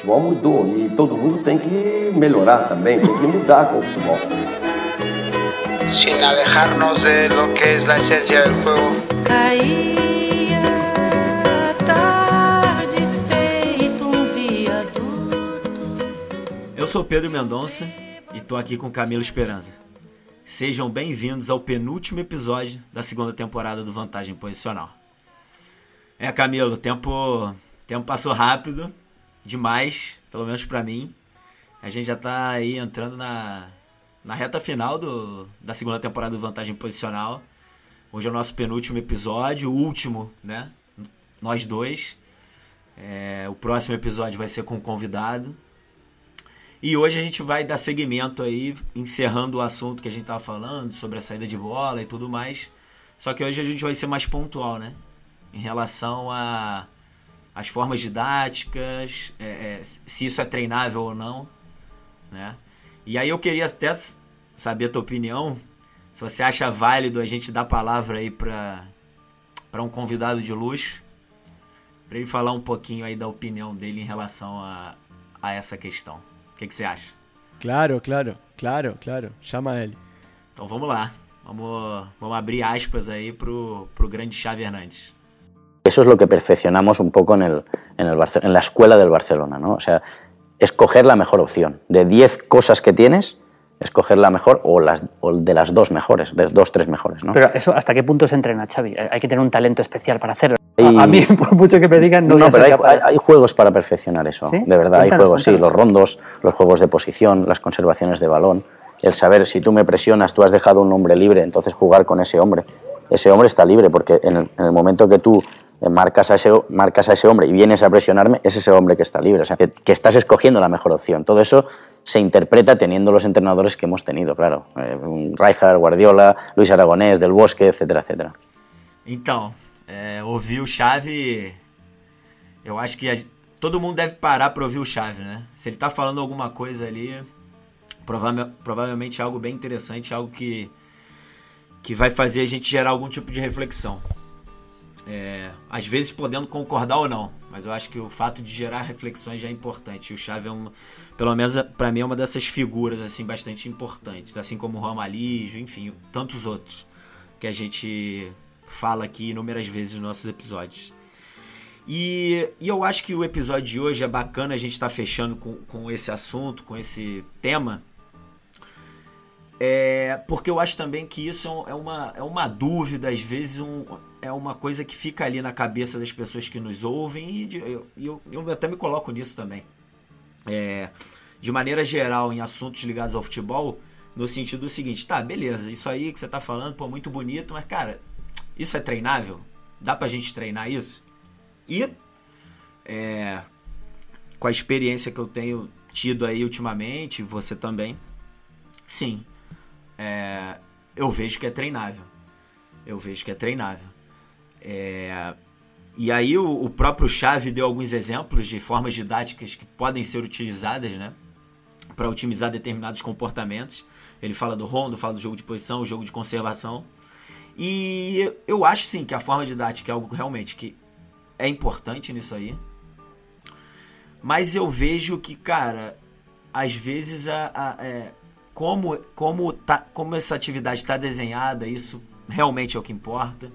futebol mudou e todo mundo tem que melhorar também, tem que mudar com o futebol. Sin alejarnos de lo que es la esencia del juego. Caía tarde feito viaduto. Eu sou Pedro Mendonça e tô aqui com Camilo Esperança. Sejam bem-vindos ao penúltimo episódio da segunda temporada do Vantagem Posicional. Camilo, o tempo passou rápido, demais, pelo menos pra mim. A gente já tá aí entrando na reta final da segunda temporada do Vantagem Posicional. Hoje é o nosso penúltimo episódio, o último, né? Nós dois. O próximo episódio vai ser com um convidado. E hoje a gente vai dar seguimento aí, encerrando o assunto que a gente tava falando, sobre a saída de bola e tudo mais. Só que hoje a gente vai ser mais pontual, né? Em relação às formas didáticas, se isso é treinável ou não, né? E aí eu queria até saber a tua opinião, se você acha válido a gente dar a palavra aí para um convidado de luxo, para ele falar um pouquinho aí da opinião dele em relação a essa questão. O que você acha? Claro. Chama ele. Então vamos lá. Vamos abrir aspas aí pro grande Xavi Hernández. Eso es lo que perfeccionamos un poco en la escuela del Barcelona, ¿no? O sea, escoger la mejor opción. De 10 cosas que tienes, escoger la mejor o de las dos mejores, de 2, 3 mejores, ¿no? Pero eso, ¿hasta qué punto se entrena, Xavi? Hay que tener un talento especial para hacerlo. A mí, por mucho que me digan, no pero hay juegos para perfeccionar eso. ¿Sí? De verdad, hay juegos, sí, los rondos, los juegos de posición, las conservaciones de balón, el saber si tú me presionas, tú has dejado un hombre libre, entonces jugar con ese hombre. Ese hombre está libre porque en el momento que tú marcas a ese hombre y vienes a presionarme, es ese hombre que está libre. O sea, que estás escogiendo la mejor opción. Todo eso se interpreta teniendo los entrenadores que hemos tenido, claro. Rijkaard, Guardiola, Luis Aragonés, Del Bosque, etcétera, etcétera. Então, ouvir o Xavi, eu acho que todo mundo deve parar para ouvir o Xavi, né? Se ele tá falando alguma coisa ali, provavelmente é algo bem interessante, algo que vai fazer a gente gerar algum tipo de reflexão. Às vezes podendo concordar ou não, mas eu acho que o fato de gerar reflexões já é importante. E o Xavi pelo menos para mim, é uma dessas figuras assim, bastante importantes, assim como o Ramalhijo, enfim, tantos outros que a gente fala aqui inúmeras vezes nos nossos episódios. E eu acho que o episódio de hoje é bacana a gente estar fechando com esse assunto, com esse tema, porque eu acho também que isso é uma dúvida, às vezes é uma coisa que fica ali na cabeça das pessoas que nos ouvem, e eu até me coloco nisso também. De maneira geral, em assuntos ligados ao futebol, no sentido do seguinte: tá, beleza, isso aí que você tá falando, pô, muito bonito, mas cara, isso é treinável? Dá pra gente treinar isso? E com a experiência que eu tenho tido aí ultimamente, você também, sim, eu vejo que é treinável. E aí o próprio Xavi deu alguns exemplos de formas didáticas que podem ser utilizadas, né, para otimizar determinados comportamentos. Ele fala do rondo, fala do jogo de posição, o jogo de conservação. E eu acho sim que a forma didática é algo realmente que é importante nisso aí. Mas eu vejo que, cara, às vezes como essa atividade está desenhada, isso realmente é o que importa.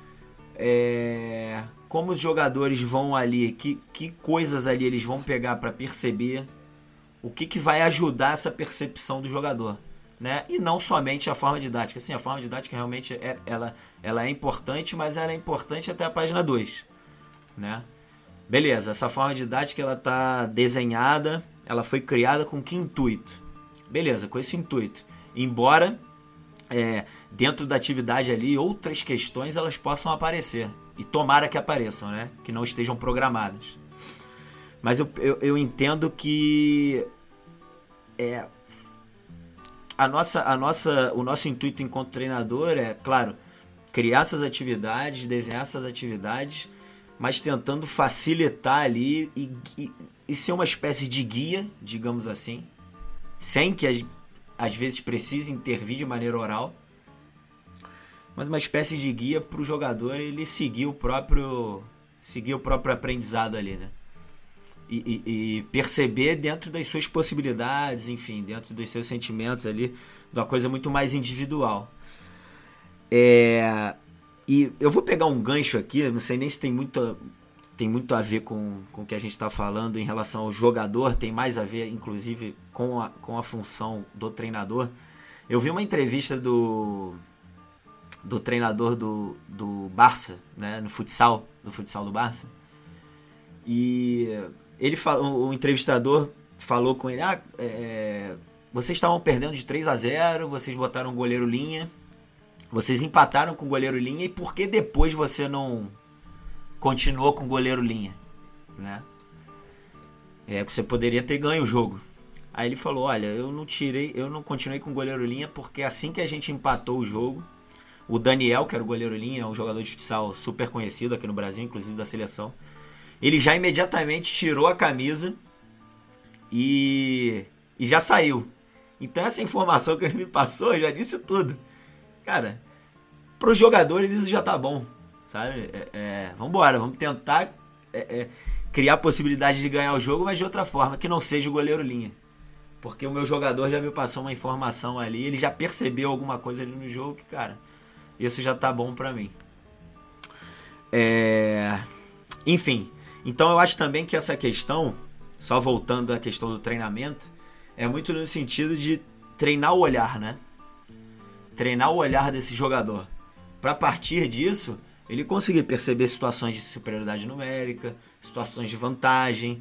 Como os jogadores vão ali, que coisas ali eles vão pegar para perceber, o que vai ajudar essa percepção do jogador, né? E não somente a forma didática. Sim, a forma didática realmente ela é importante, mas ela é importante até a página 2, né? Beleza, essa forma didática ela tá desenhada, ela foi criada com que intuito? Beleza, com esse intuito. Embora dentro da atividade ali outras questões elas possam aparecer, e tomara que apareçam, né? Que não estejam programadas. Mas eu entendo que o nosso intuito enquanto treinador é, claro, criar essas atividades, desenhar essas atividades, mas tentando facilitar ali e ser uma espécie de guia, digamos assim, sem que às vezes precise intervir de maneira oral, mas uma espécie de guia para o jogador ele seguir o próprio aprendizado ali, né? e perceber dentro das suas possibilidades, enfim, dentro dos seus sentimentos ali, de uma coisa muito mais individual. E eu vou pegar um gancho aqui, não sei nem se tem muito a ver com o que a gente está falando em relação ao jogador, tem mais a ver, inclusive, com a função do treinador. Eu vi uma entrevista do treinador do Barça, né, no futsal do Barça, e o entrevistador falou com ele, vocês estavam perdendo de 3-0, vocês botaram o goleiro linha, vocês empataram com o goleiro linha, e por que depois você não continuou com o goleiro linha, né? Você poderia ter ganho o jogo. Aí ele falou, olha, eu não continuei com o goleiro linha porque assim que a gente empatou o jogo, o Daniel, que era o goleiro linha, é um jogador de futsal super conhecido aqui no Brasil, inclusive da seleção, ele já imediatamente tirou a camisa e já saiu. Então essa informação que ele me passou já disse tudo. Cara, para os jogadores isso já tá bom, sabe? Vambora, vamos tentar criar a possibilidade de ganhar o jogo, mas de outra forma, que não seja o goleiro linha. Porque o meu jogador já me passou uma informação ali, ele já percebeu alguma coisa ali no jogo que, cara, isso já tá bom pra mim. Enfim, então eu acho também que essa questão, só voltando à questão do treinamento, é muito no sentido de treinar o olhar, né? Treinar o olhar desse jogador. Pra partir disso, ele conseguir perceber situações de superioridade numérica, situações de vantagem,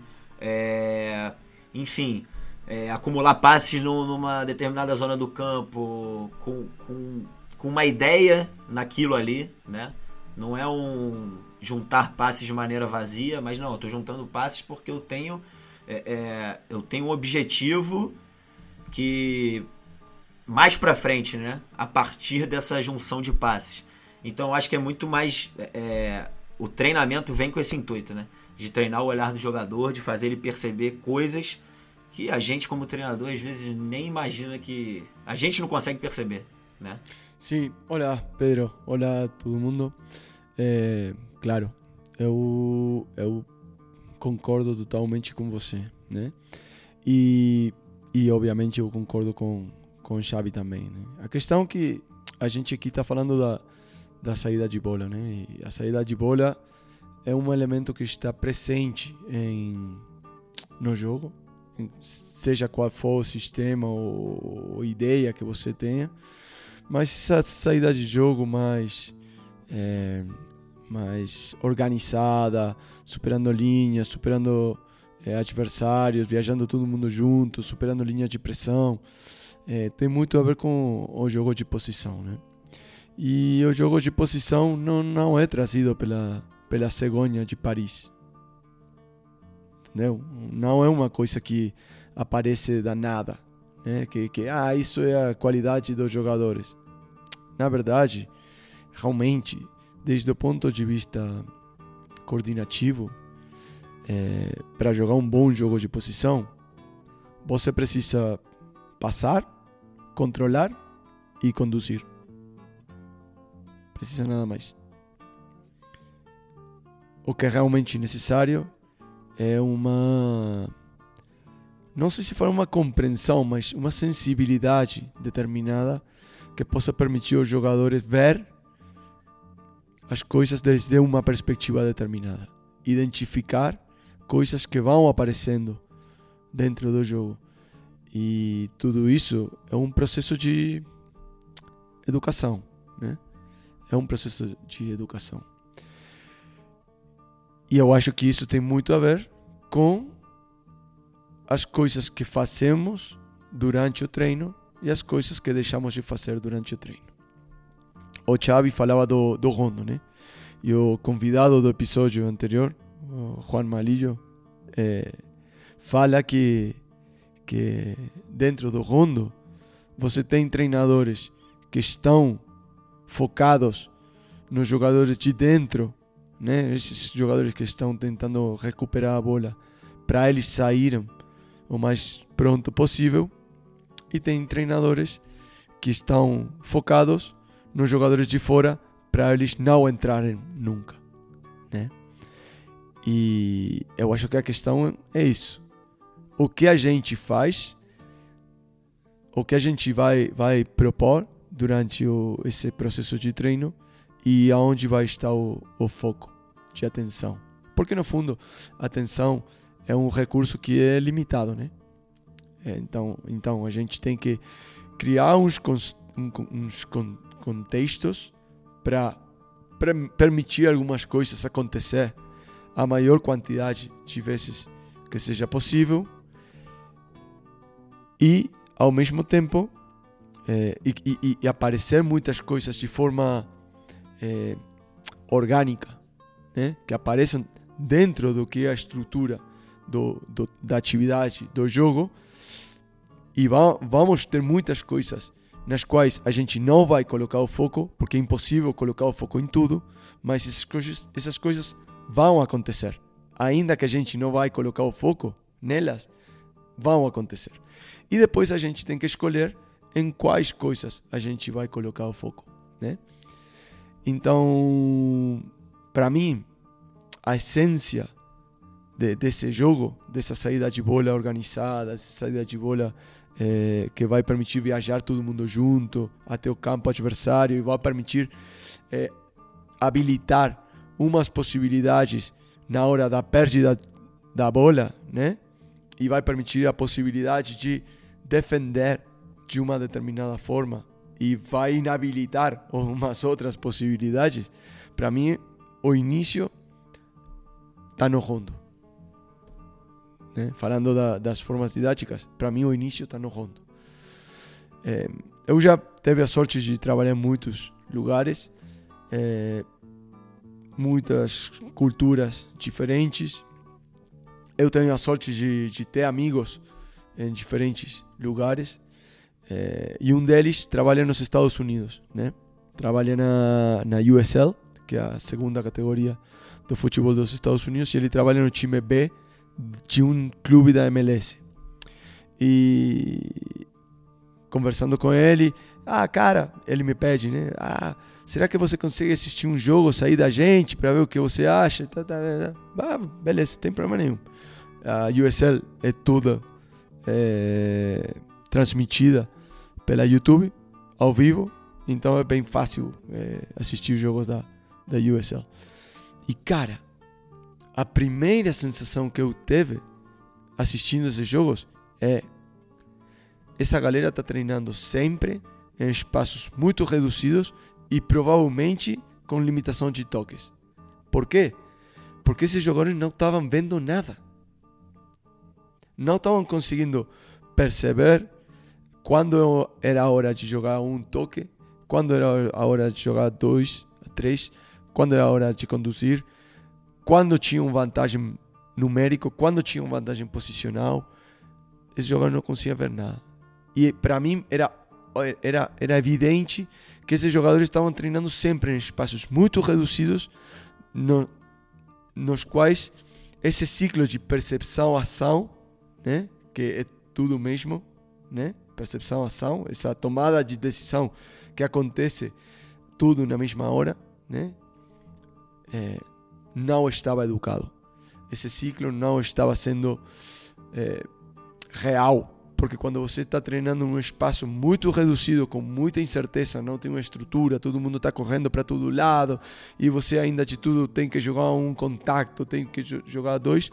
enfim, acumular passes numa determinada zona do campo com uma ideia naquilo ali, né? Não é juntar passes de maneira vazia, mas não, eu estou juntando passes porque eu tenho um objetivo que mais para frente, né? A partir dessa junção de passes. Então eu acho que é muito mais o treinamento vem com esse intuito, né? De treinar o olhar do jogador, de fazer ele perceber coisas que a gente como treinador às vezes nem imagina que a gente não consegue perceber, né? Sim, olá Pedro, olá todo mundo. Claro, eu concordo totalmente com você, né? E obviamente eu concordo com o Xavi também, né? A questão é que a gente aqui está falando da saída de bola, né? E a saída de bola é um elemento que está presente no jogo, seja qual for o sistema ou ideia que você tenha, mas essa saída de jogo mais organizada, superando linhas, superando adversários, viajando todo mundo junto, superando linhas de pressão, tem muito a ver com o jogo de posição, né? E o jogo de posição não é trazido pela cegonha de Paris, entendeu? Não é uma coisa que aparece da nada, né? Que isso é a qualidade dos jogadores. Na verdade, realmente, desde o ponto de vista coordenativo, para jogar um bom jogo de posição, você precisa passar, controlar e conduzir. Precisa nada mais. O que é realmente necessário é não sei se for uma compreensão, mas uma sensibilidade determinada que possa permitir aos jogadores ver as coisas desde uma perspectiva determinada, identificar coisas que vão aparecendo dentro do jogo. E tudo isso é um processo de educação, né? É um processo de educação. E eu acho que isso tem muito a ver com as coisas que fazemos durante o treino e as coisas que deixamos de fazer durante o treino. O Xavi falava do rondo, né? E o convidado do episódio anterior, o Juan Malillo, fala que dentro do rondo você tem treinadores que estão focados nos jogadores de dentro, né? Esses jogadores que estão tentando recuperar a bola para eles saírem o mais pronto possível, e tem treinadores que estão focados nos jogadores de fora para eles não entrarem nunca, né? E eu acho que a questão é isso. O que a gente faz, o que a gente vai propor durante esse processo de treino e aonde vai estar o foco de atenção. Porque, no fundo, a atenção é um recurso que é limitado, né? Então a gente tem que criar uns contextos para permitir algumas coisas acontecer a maior quantidade de vezes que seja possível e, ao mesmo tempo, e aparecer muitas coisas de forma orgânica, né? Que apareçam dentro do que é a estrutura da atividade, do jogo, e vamos ter muitas coisas nas quais a gente não vai colocar o foco, porque é impossível colocar o foco em tudo, mas essas coisas vão acontecer. Ainda que a gente não vai colocar o foco nelas, vão acontecer. E depois a gente tem que escolher em quais coisas a gente vai colocar o foco, né? Então, para mim, a essência desse jogo, dessa saída de bola organizada, dessa saída de bola que vai permitir viajar todo mundo junto até o campo adversário e vai permitir habilitar umas possibilidades na hora da pérdida da bola, né? E vai permitir a possibilidade de defender de uma determinada forma e vai inabilitar umas outras possibilidades. Para mim, o início está no rondo, né? Falando das formas didáticas, para mim o início está no rondo. Eu já tive a sorte de trabalhar em muitos lugares, muitas culturas diferentes. Eu tenho a sorte de ter amigos em diferentes lugares, e um deles trabalha nos Estados Unidos, né? Trabalha na USL, que é a segunda categoria do futebol dos Estados Unidos, e ele trabalha no time B de um clube da MLS. E conversando com ele, cara, ele me pede, né? Será que você consegue assistir um jogo, sair da gente para ver o que você acha? Beleza, não tem problema nenhum. A USL é toda transmitida pela YouTube, ao vivo, então é bem fácil assistir os jogos da USL. E, cara, a primeira sensação que eu tive assistindo esses jogos é: essa galera está treinando sempre em espaços muito reduzidos e provavelmente com limitação de toques. Por quê? Porque esses jogadores não estavam vendo nada. Não estavam conseguindo perceber quando era a hora de jogar um toque, quando era a hora de jogar 2, 3, quando era a hora de conduzir, quando tinha uma vantagem numérica, quando tinha uma vantagem posicional. Esse jogador não conseguia ver nada. E para mim era evidente que esses jogadores estavam treinando sempre em espaços muito reduzidos, nos quais esse ciclo de percepção-ação, né, que é tudo mesmo, né, percepção-ação, essa tomada de decisão que acontece tudo na mesma hora, né, não estava educado. Esse ciclo não estava sendo real. Porque quando você está treinando num espaço muito reduzido, com muita incerteza, não tem uma estrutura, todo mundo está correndo para todo lado, e você ainda de tudo tem que jogar um contacto, tem que jogar 2,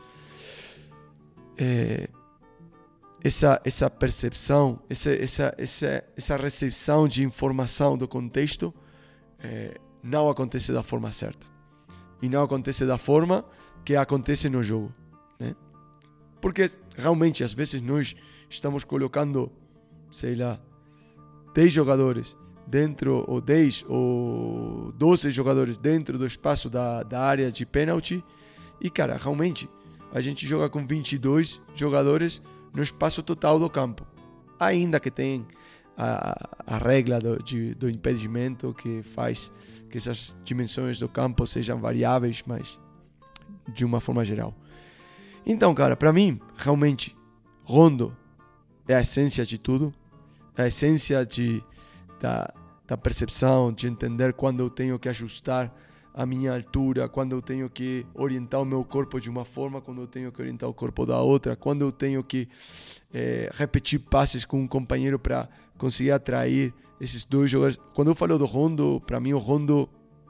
essa percepção, essa recepção de informação do contexto não acontece da forma certa. E não acontece da forma que acontece no jogo, né? Porque realmente, às vezes, nós estamos colocando, sei lá, 10 jogadores dentro, ou 10 ou 12 jogadores dentro do espaço da área de pênalti. E, cara, realmente, a gente joga com 22 jogadores no espaço total do campo. Ainda que tem a regra do impedimento que faz que essas dimensões do campo sejam variáveis, mas de uma forma geral. Então, cara, para mim, realmente, rondo é a essência de tudo. É a essência da percepção, de entender quando eu tenho que ajustar a minha altura, quando eu tenho que orientar o meu corpo de uma forma, quando eu tenho que orientar o corpo da outra, quando eu tenho que repetir passes com um companheiro para conseguir atrair esses dois jogadores. Quando eu falo do Rondo, para mim o Rondo,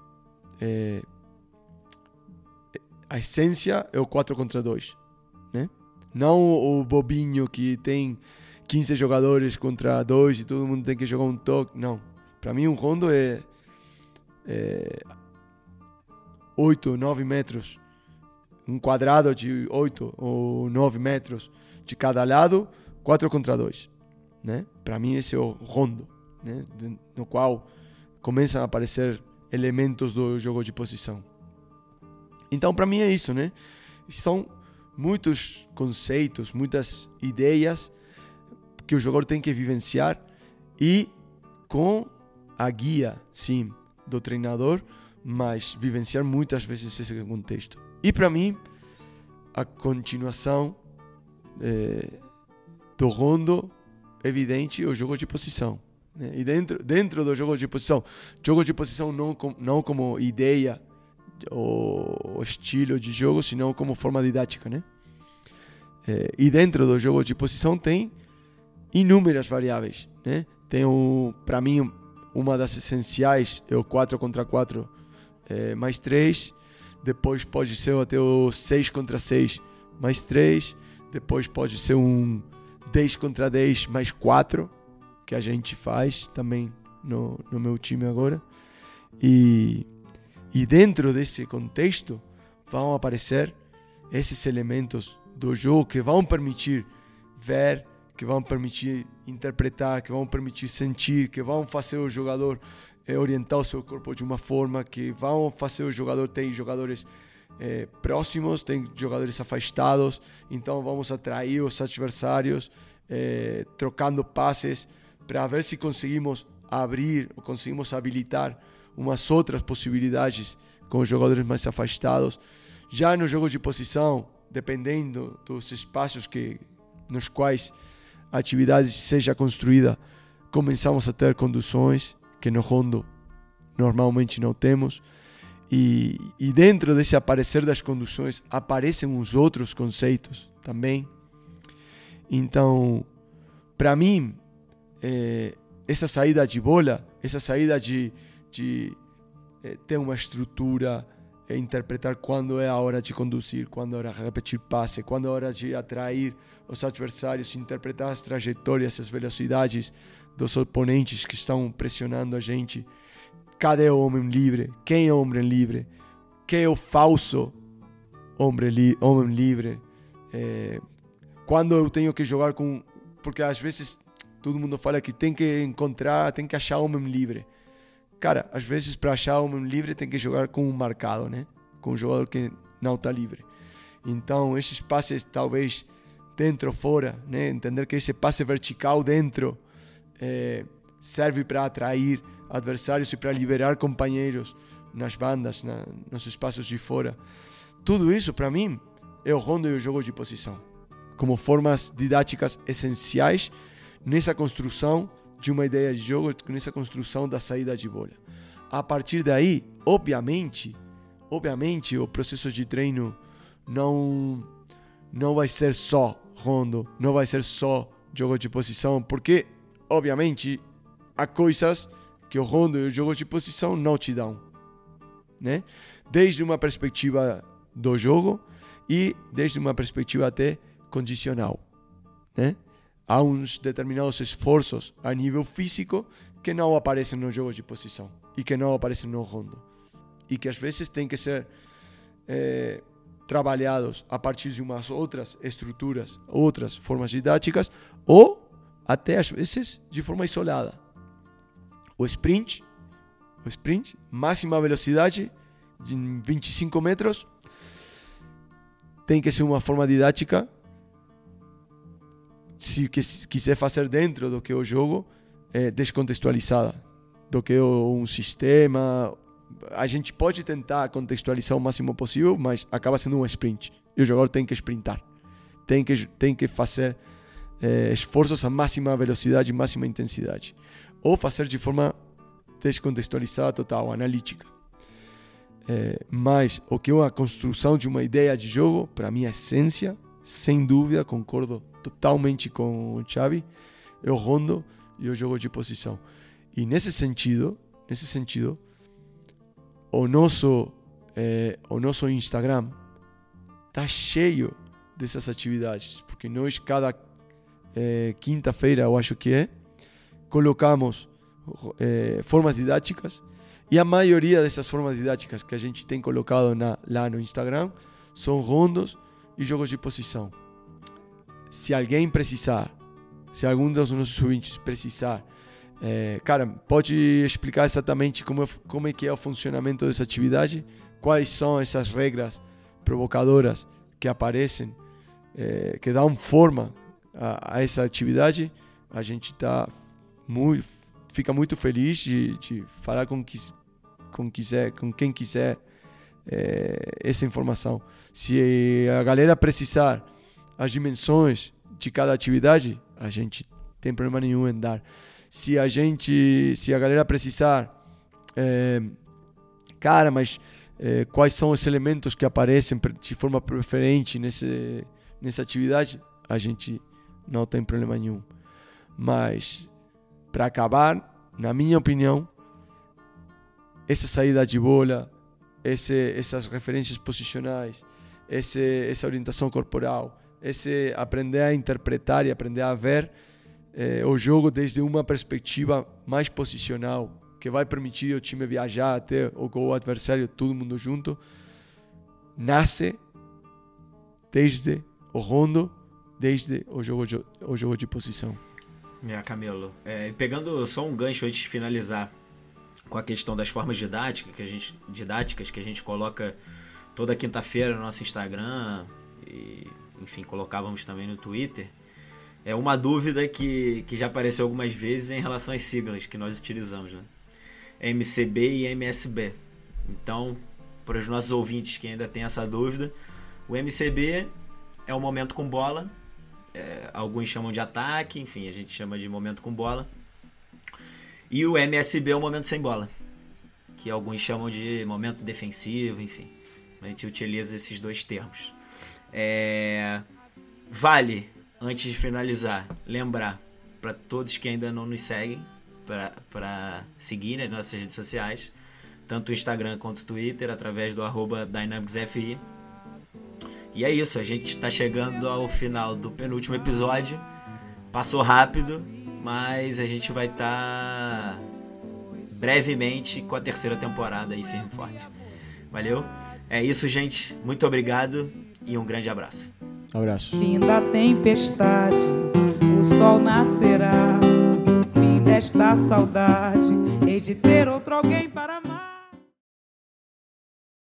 a essência é o 4 contra 2, né? Não o bobinho que tem 15 jogadores contra 2 e todo mundo tem que jogar um toque. Não. Para mim, um Rondo é 8, 9 metros. Um quadrado de 8 ou 9 metros de cada lado, 4 contra 2. Né? Para mim, esse é o Rondo, né? No qual começam a aparecer elementos do jogo de posição. Então, para mim, é isso, né? São muitos conceitos, muitas ideias que o jogador tem que vivenciar e com a guia, sim, do treinador, mas vivenciar muitas vezes esse contexto. E para mim, a continuação do Rondo, evidente, é o jogo de posição, né? E dentro do jogo de posição não como ideia ou estilo de jogo, senão como forma didática, né? E dentro do jogo de posição tem inúmeras variáveis, né? Tem para mim, uma das essenciais é o 4 contra 4 mais 3. Depois pode ser até o 6 contra 6 mais 3. Depois pode ser um 10 contra 10 mais 4, que a gente faz também no meu time agora. E dentro desse contexto vão aparecer esses elementos do jogo que vão permitir ver, que vão permitir interpretar, que vão permitir sentir, que vão fazer o jogador orientar o seu corpo de uma forma, que vão fazer o jogador ter jogadores próximos, tem jogadores afastados, então vamos atrair os adversários trocando passes para ver se conseguimos abrir ou conseguimos habilitar umas outras possibilidades com os jogadores mais afastados. Já no jogo de posição, dependendo dos espaços nos quais a atividade seja construída, começamos a ter conduções que no Rondo normalmente não temos. E dentro desse aparecer das conduções aparecem os outros conceitos também. Então, para mim, essa saída de bola, essa saída de ter uma estrutura, interpretar quando é a hora de conduzir, quando é a hora de repetir passe, quando é a hora de atrair os adversários, interpretar as trajetórias, as velocidades dos oponentes que estão pressionando a gente. Cadê o homem livre? Quem é o homem livre? Quem é o falso homem livre? Quando eu tenho que jogar com... Porque às vezes todo mundo fala que tem que achar homem livre. Cara, às vezes para achar homem livre tem que jogar com um marcado, né? Com um jogador que não está livre. Então, esses passes talvez dentro ou fora, né? Entender que esse passe vertical dentro serve para atrair adversários e para liberar companheiros nas bandas, nos espaços de fora. Tudo isso, para mim, é o Rondo e o jogo de posição, como formas didáticas essenciais nessa construção de uma ideia de jogo, nessa construção da saída de bola. A partir daí, obviamente, o processo de treino não vai ser só Rondo, não vai ser só jogo de posição, porque, obviamente, há coisas que o Rondo e o jogo de posição não te dão, né? Desde uma perspectiva do jogo e desde uma perspectiva até condicional, né? Há uns determinados esforços a nível físico que não aparecem no jogo de posição e que não aparecem no Rondo e que às vezes têm que ser trabalhados a partir de umas outras estruturas, outras formas didáticas ou até às vezes de forma isolada. O sprint, máxima velocidade de 25 metros, tem que ser uma forma didática. Se quiser fazer dentro do que é o jogo, descontextualizada, do que é um sistema. A gente pode tentar contextualizar o máximo possível, mas acaba sendo um sprint. E o jogador tem que sprintar. Tem que fazer esforços a máxima velocidade, máxima intensidade. Ou fazer de forma descontextualizada total, analítica. mas o que é a construção de uma ideia de jogo, para mim a essência, sem dúvida, concordo totalmente com o Xavi, é o rondo e o jogo de posição. E nesse sentido, o nosso Instagram está cheio dessas atividades, porque nós cada quinta-feira, eu acho que colocamos formas didáticas, e a maioria dessas formas didáticas que a gente tem colocado lá no Instagram são rondos e jogos de posição. Se alguém precisar, se algum dos nossos ouvintes precisar, cara, pode explicar exatamente como é que é o funcionamento dessa atividade, quais são essas regras provocadoras que aparecem, que dão forma a essa atividade. A gente fica muito feliz de falar com quem quiser essa informação. Se a galera precisar as dimensões de cada atividade, a gente tem problema nenhum em dar. Se a galera precisar, cara, mas quais são os elementos que aparecem de forma preferente nessa atividade, a gente não tem problema nenhum. Mas, para acabar, na minha opinião, essa saída de bola, essas referências posicionais, essa orientação corporal, esse aprender a interpretar e aprender a ver o jogo desde uma perspectiva mais posicional, que vai permitir o time viajar até o gol adversário, todo mundo junto, nasce desde o rondo, desde o jogo de posição. Camilo, pegando só um gancho antes de finalizar com a questão das formas didáticas que a gente coloca toda quinta-feira no nosso Instagram e, enfim, colocávamos também no Twitter, é uma dúvida que já apareceu algumas vezes em relação às siglas que nós utilizamos, né? MCB e MSB. Então, para os nossos ouvintes que ainda têm essa dúvida, o MCB é o momento com bola, alguns chamam de ataque, enfim, a gente chama de momento com bola. E o MSB é o momento sem bola, que alguns chamam de momento defensivo, enfim. A gente utiliza esses dois termos. Vale, antes de finalizar, lembrar para todos que ainda não nos seguem, para seguir nas nossas redes sociais, tanto o Instagram quanto o Twitter, através do @DynamicsFI. E é isso, a gente está chegando ao final do penúltimo episódio. Passou rápido, mas a gente vai estar brevemente com a terceira temporada aí firme e forte. Valeu? É isso, gente. Muito obrigado e um grande abraço. Abraço. Fim da tempestade, o sol nascerá. Fim desta saudade, hei de ter outro alguém para amar.